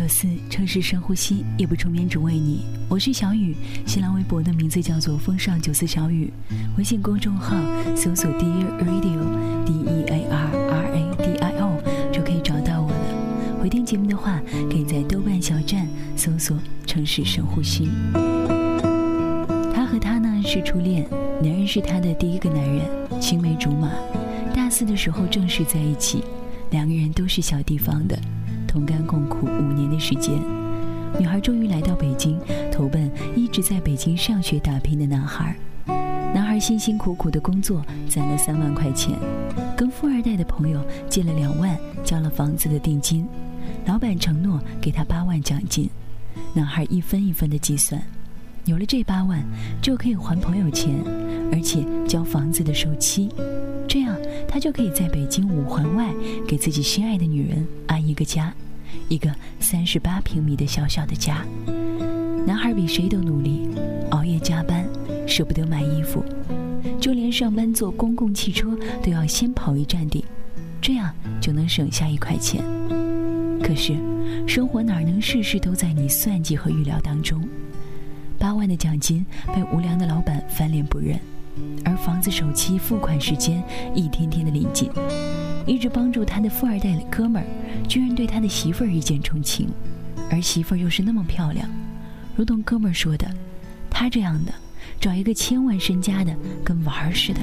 4，城市深呼吸，夜不成眠只为你。我是小雨，新浪微博的名字叫做风尚94小雨，微信公众号搜索 Dear Radio DEARRADIO 就可以找到我了。回听节目的话，可以在豆瓣小站搜索城市深呼吸。他和她呢是初恋，男人是她的第一个男人，青梅竹马，大4的时候正式在一起，两个人都是小地方的，同甘共苦5年的时间，女孩终于来到北京，投奔一直在北京上学打拼的男孩。男孩辛辛苦苦的工作，攒了3万块钱，跟富二代的朋友借了2万，交了房子的定金，老板承诺给他8万奖金。男孩一分一分的计算，有了这8万，就可以还朋友钱，而且交房子的首期，这样他就可以在北京5环外给自己心爱的女人安一个家，一个38平米的小小的家。男孩比谁都努力，熬夜加班，舍不得买衣服，就连上班坐公共汽车都要先跑一站地，这样就能省下1块钱。可是生活哪能事事都在你算计和预料当中？8万的奖金被无良的老板翻脸不认，而房子首期付款时间一天天的临近，一直帮助他的富二代的哥们儿居然对他的媳妇儿一见钟情，而媳妇儿又是那么漂亮，如同哥们儿说的，他这样的找一个1000万身家的跟玩儿似的。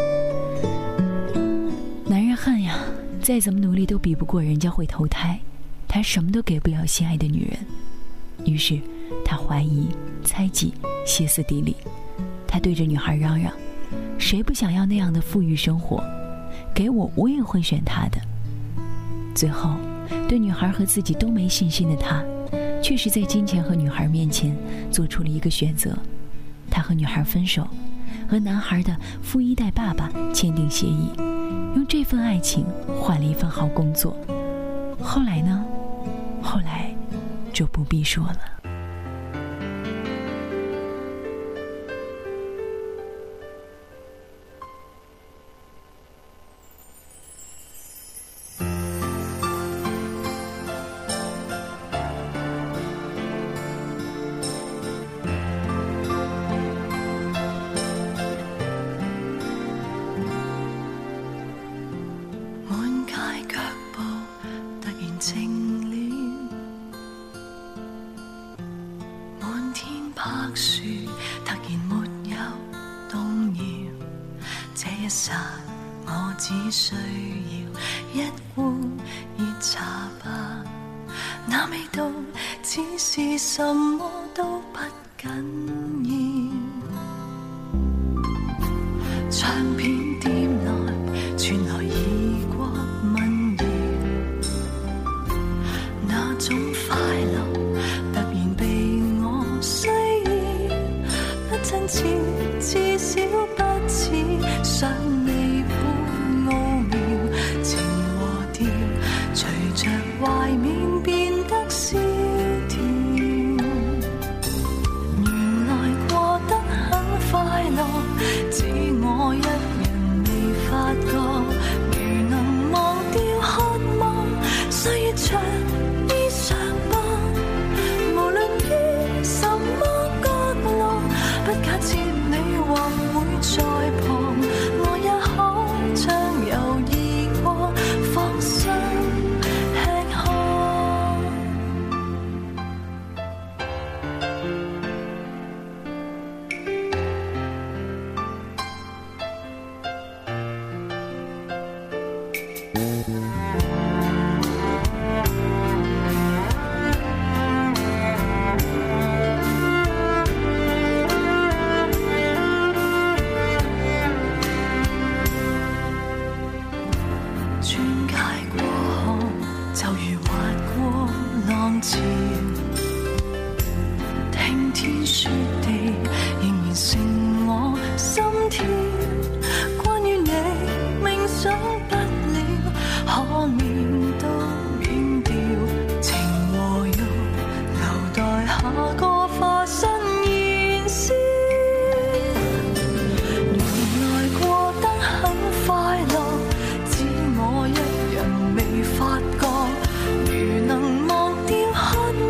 男人恨呀，再怎么努力都比不过人家会投胎，他什么都给不了心爱的女人，于是他怀疑、猜忌、歇斯底里。他对着女孩嚷嚷，谁不想要那样的富裕生活，给我，我也会选他的。最后对女孩和自己都没信心的他，确实在金钱和女孩面前做出了一个选择，他和女孩分手，和男孩的富1代爸爸签订协议，用这份爱情换了一份好工作。后来呢？后来就不必说了。 柏樹突然沒有動搖，這一剎我只需要一壺熱茶吧，那味道只是什麼都不緊要。唱片店內傳來異國民謠，那種快樂突然被我需要，不真切，至少不似想彌補奧妙，情和調隨着懷緬變得蕭條，原來過得很快樂，只我一人未發覺，如能忘掉渴望，歲月長衣裳吧，無論於什麼角落，不假設你或會在旁，我也可將猶豫過放心吃喝。穿街過巷，就如滑過浪潮，聽天說地，仍然剩我心跳。關於你，冥想不了，可免都免掉，情和欲留待下個化身燃燒。原來過得很快樂，我一人未發覺，如能忘掉渴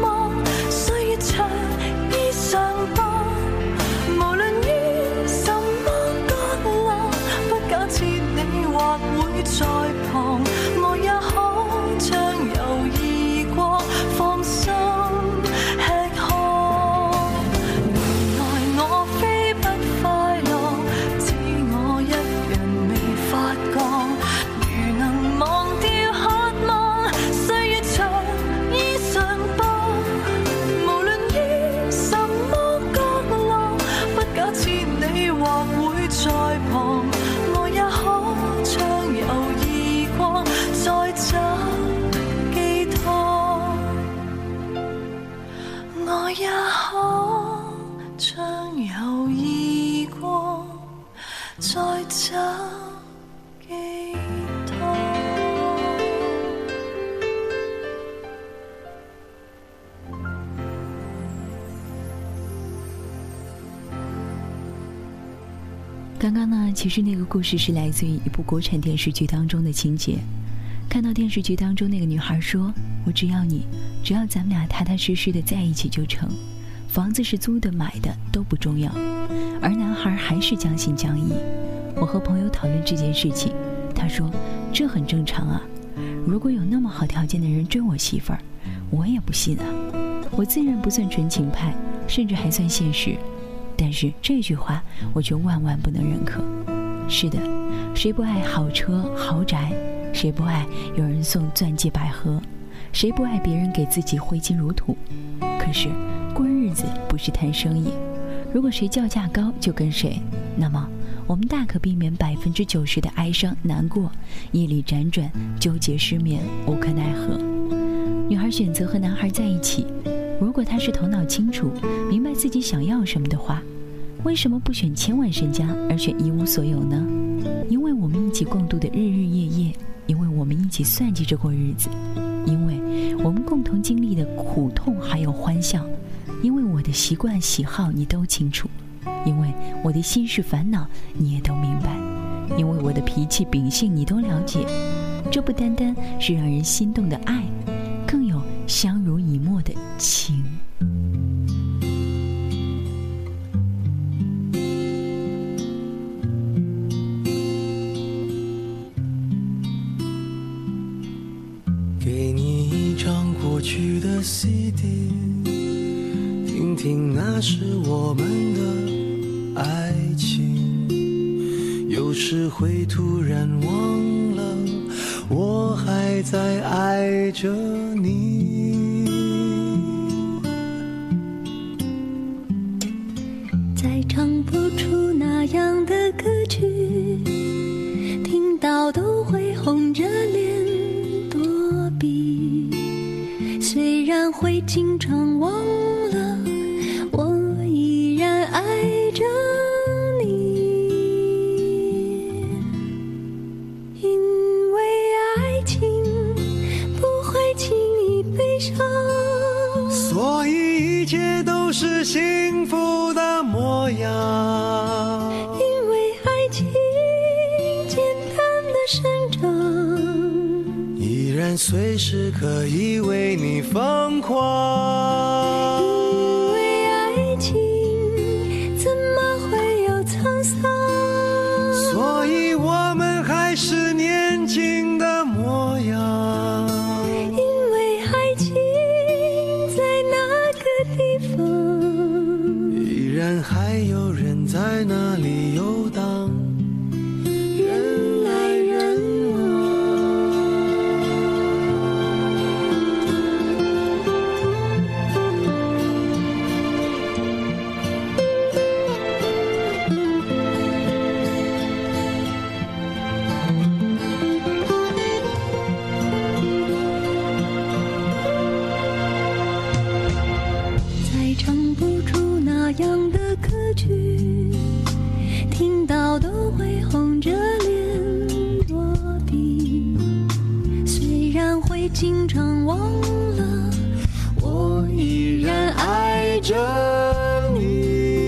刚刚呢，其实那个故事是来自于一部国产电视剧当中的情节。看到电视剧当中那个女孩说，我只要你，只要咱们俩踏踏实实的在一起就成，房子是租的买的都不重要。而男孩还是将信将疑。我和朋友讨论这件事情，他说这很正常啊，如果有那么好条件的人追我媳妇儿，我也不信啊。我自认不算纯情派，甚至还算现实，但是这句话我却万万不能认可。是的，谁不爱好车豪宅，谁不爱有人送钻戒百合，谁不爱别人给自己挥金如土。可是过日子不是谈生意，如果谁叫价高就跟谁，那么我们大可避免90%的哀伤难过，夜里辗转纠结失眠无可奈何。女孩选择和男孩在一起，如果他是头脑清楚，明白自己想要什么的话，为什么不选千万身家而选一无所有呢？因为我们一起共度的日日夜夜，因为我们一起算计着过日子，因为我们共同经历的苦痛还有欢笑，因为我的习惯喜好你都清楚，因为我的心事烦恼你也都明白，因为我的脾气秉性你都了解。这不单单是让人心动的爱，更有相濡以沫的情。 给你一张过去的 CD， 听听那是我们的爱情。有时会突然忘了，我还在爱着你。 再唱不出那样的歌曲，听到都会红着脸躲避。虽然会经常忘了，我依然爱着你。因为爱情不会轻易悲伤， 所以一切都是幸福的模样。 因为爱情简单的生长， 依然随时可以为你疯狂。 因为爱情怎么会有沧桑， 所以我们还是年轻的模样。 因为爱情在那个地方， 依然还有人在那里游荡，人来人往。 再唱不出那样的歌曲，听到都会红着脸躲避。虽然会经常忘了，我依然爱着你。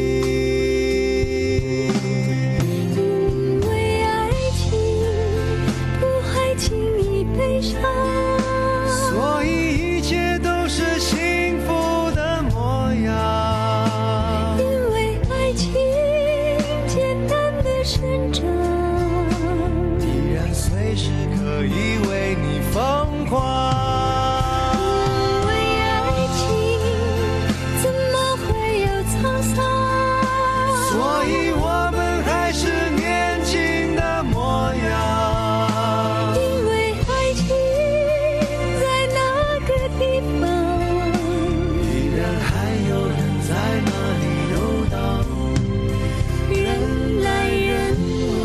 因为爱情不会轻易悲伤， 所以一切都是幸福的模样。 因为爱情简单的生长， 依然随时可以为你疯狂。 因为爱情怎么会有沧桑， 所以我们还是年轻的模样。 因为爱情在那个地方， 依然还有人在那里游荡， 人来人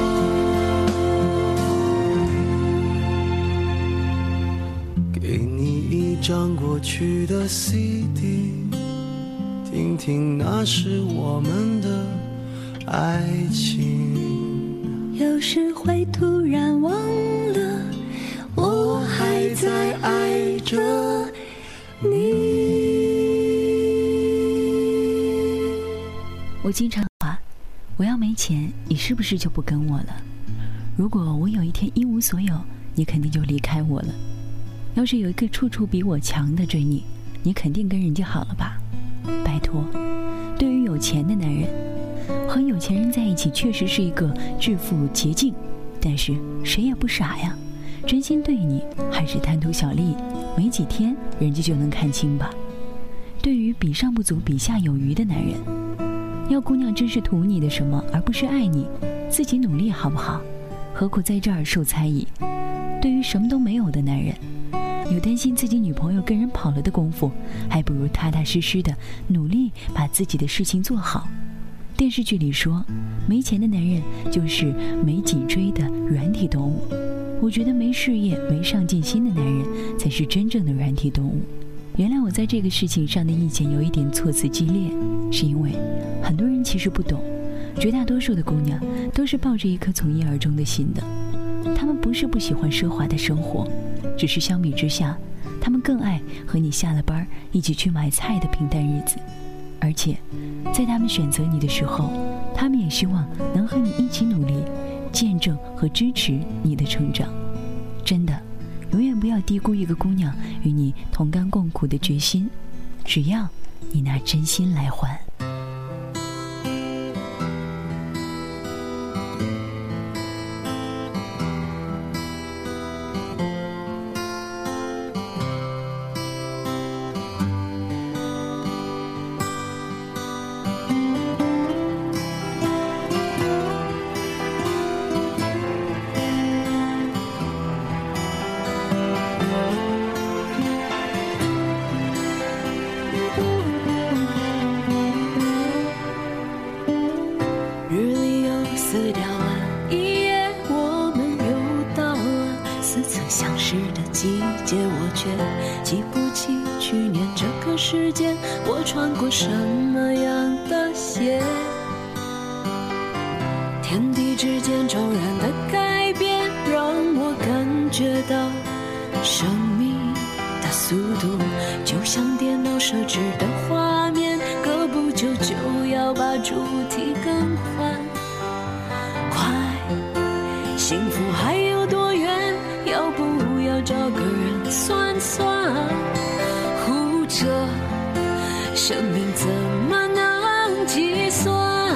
往。 给你一张过去的 CD， 听听那是我们的爱情。 有时会突然忘了，我还在爱着你。 我经常话， 我要没钱，你是不是就不跟我了？如果我有一天一无所有，你肯定就离开我了。要是有一个处处比我强的追你，你肯定跟人家好了吧？拜托，对于有钱的男人，和有钱人在一起确实是一个致富捷径，但是谁也不傻呀，真心对你还是贪图小利，没几天人家就能看清吧。对于比上不足比下有余的男人，要姑娘真是图你的什么，而不是爱你，自己努力好不好？何苦在这儿受猜疑？对于什么都没有的男人，有担心自己女朋友跟人跑了的功夫，还不如踏踏实实的努力把自己的事情做好。电视剧里说，没钱的男人就是没脊椎的软体动物。我觉得没事业、没上进心的男人才是真正的软体动物。原来我在这个事情上的意见有一点措辞激烈，是因为很多人其实不懂，绝大多数的姑娘都是抱着一颗从一而终的心的。她们不是不喜欢奢华的生活，只是相比之下，她们更爱和你下了班一起去买菜的平淡日子。而且在他们选择你的时候，他们也希望能和你一起努力，见证和支持你的成长。真的，永远不要低估一个姑娘与你同甘共苦的决心，只要你拿真心来还。 我却记不起去年这个时间我穿过什么样的鞋。天地之间骤然的改变，让我感觉到生命的速度就像电脑设置的画面，隔不久就要把主题更换。快，幸福还有多远？要不要找个人算算？护着生命怎么能计算？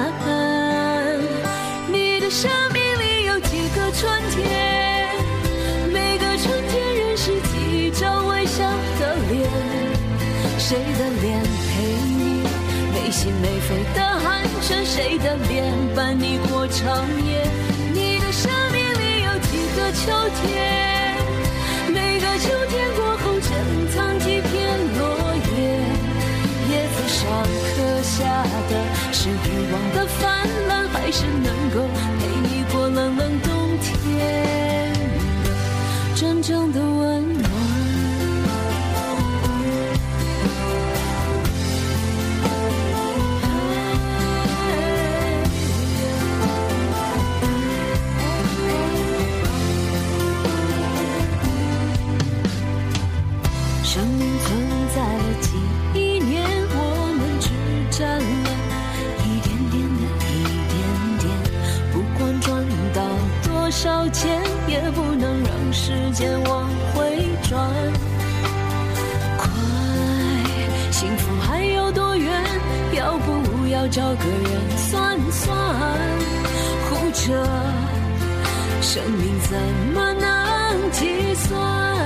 你的生命里有几个春天？每个春天认识几张微笑的脸，谁的脸陪你没心没肺的寒碜？谁的脸伴你过长夜？你的生命里有几个秋天？每个秋天过后珍藏几片落叶，叶子上刻下的是欲望的泛滥，还是能够陪你过冷冷冬天的真正的温暖？生命存在了几亿年，我们只占了一点点的一点点，不管赚到多少钱，也不能让时间往回转。快，幸福还有多远？要不要找个人算算？护着生命怎么能计算？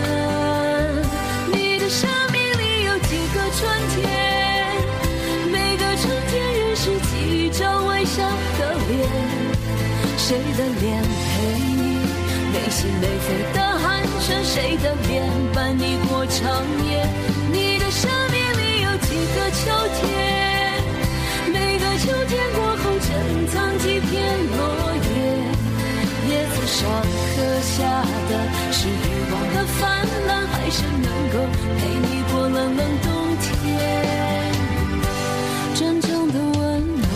生命里有几个春天？每个春天认识几张微笑的脸，谁的脸陪你没心没肺的寒碜？谁的脸伴你过长夜？你的生命里有几个秋天？每个秋天过后珍藏几片落叶，叶子上刻下的是欲望的泛滥，还是能够陪你过冷冷冬天真正的温暖？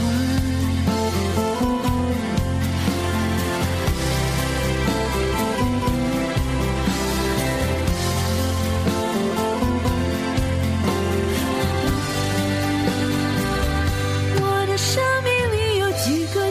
我的生命里有几个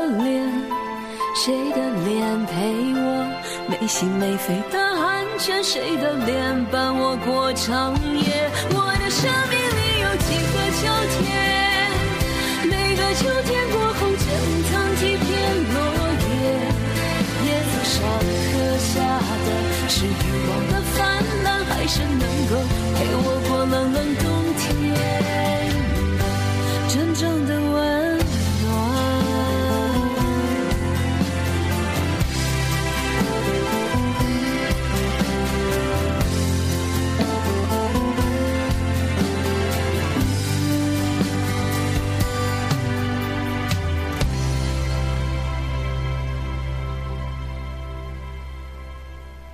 脸，谁的脸陪我没心没肺的安全，谁的脸伴我过长夜。我的生命里有几个秋天，每个秋天过后正藏几片落叶，叶子上刻下的是欲望的泛滥，还是能够陪我